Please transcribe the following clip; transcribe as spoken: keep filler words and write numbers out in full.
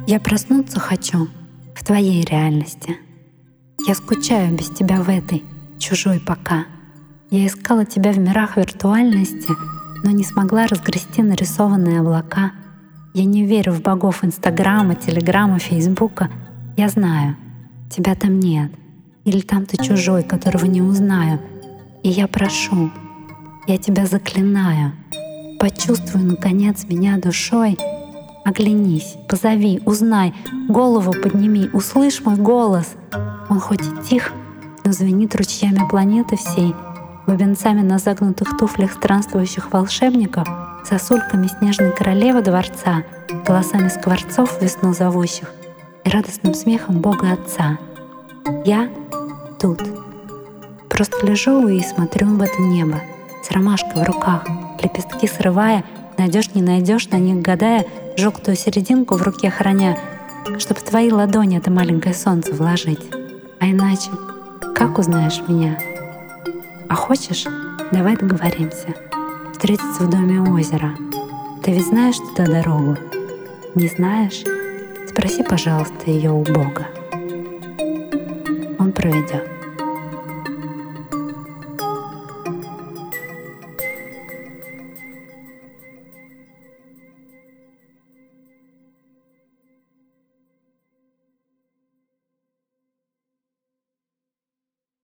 Я проснуться хочу в твоей реальности. Я скучаю без тебя в этой, чужой пока. Я искала тебя в мирах виртуальности, но не смогла разгрести нарисованные облака. Я не верю в богов Инстаграма, Телеграма, Фейсбука. Я знаю, тебя там нет. Или там ты чужой, которого не узнаю. И я прошу, я тебя заклинаю. Почувствуй, наконец, меня душой. Оглянись, позови, узнай, голову подними, услышь мой голос. Он хоть и тих, но звенит ручьями планеты всей, бубенцами на загнутых туфлях странствующих волшебников, сосульками снежной королевы дворца, голосами скворцов весну зовущих и радостным смехом Бога Отца. Я тут. Просто лежу и смотрю в это небо, с ромашкой в руках, лепестки срывая, найдешь, не найдешь, на них гадая, желтую серединку в руке храня, чтоб в твои ладони это маленькое солнце вложить. А иначе, как узнаешь меня? А хочешь, давай договоримся встретиться в доме у озера. Ты ведь знаешь туда дорогу? Не знаешь? Спроси, пожалуйста, ее у Бога. Он проведет.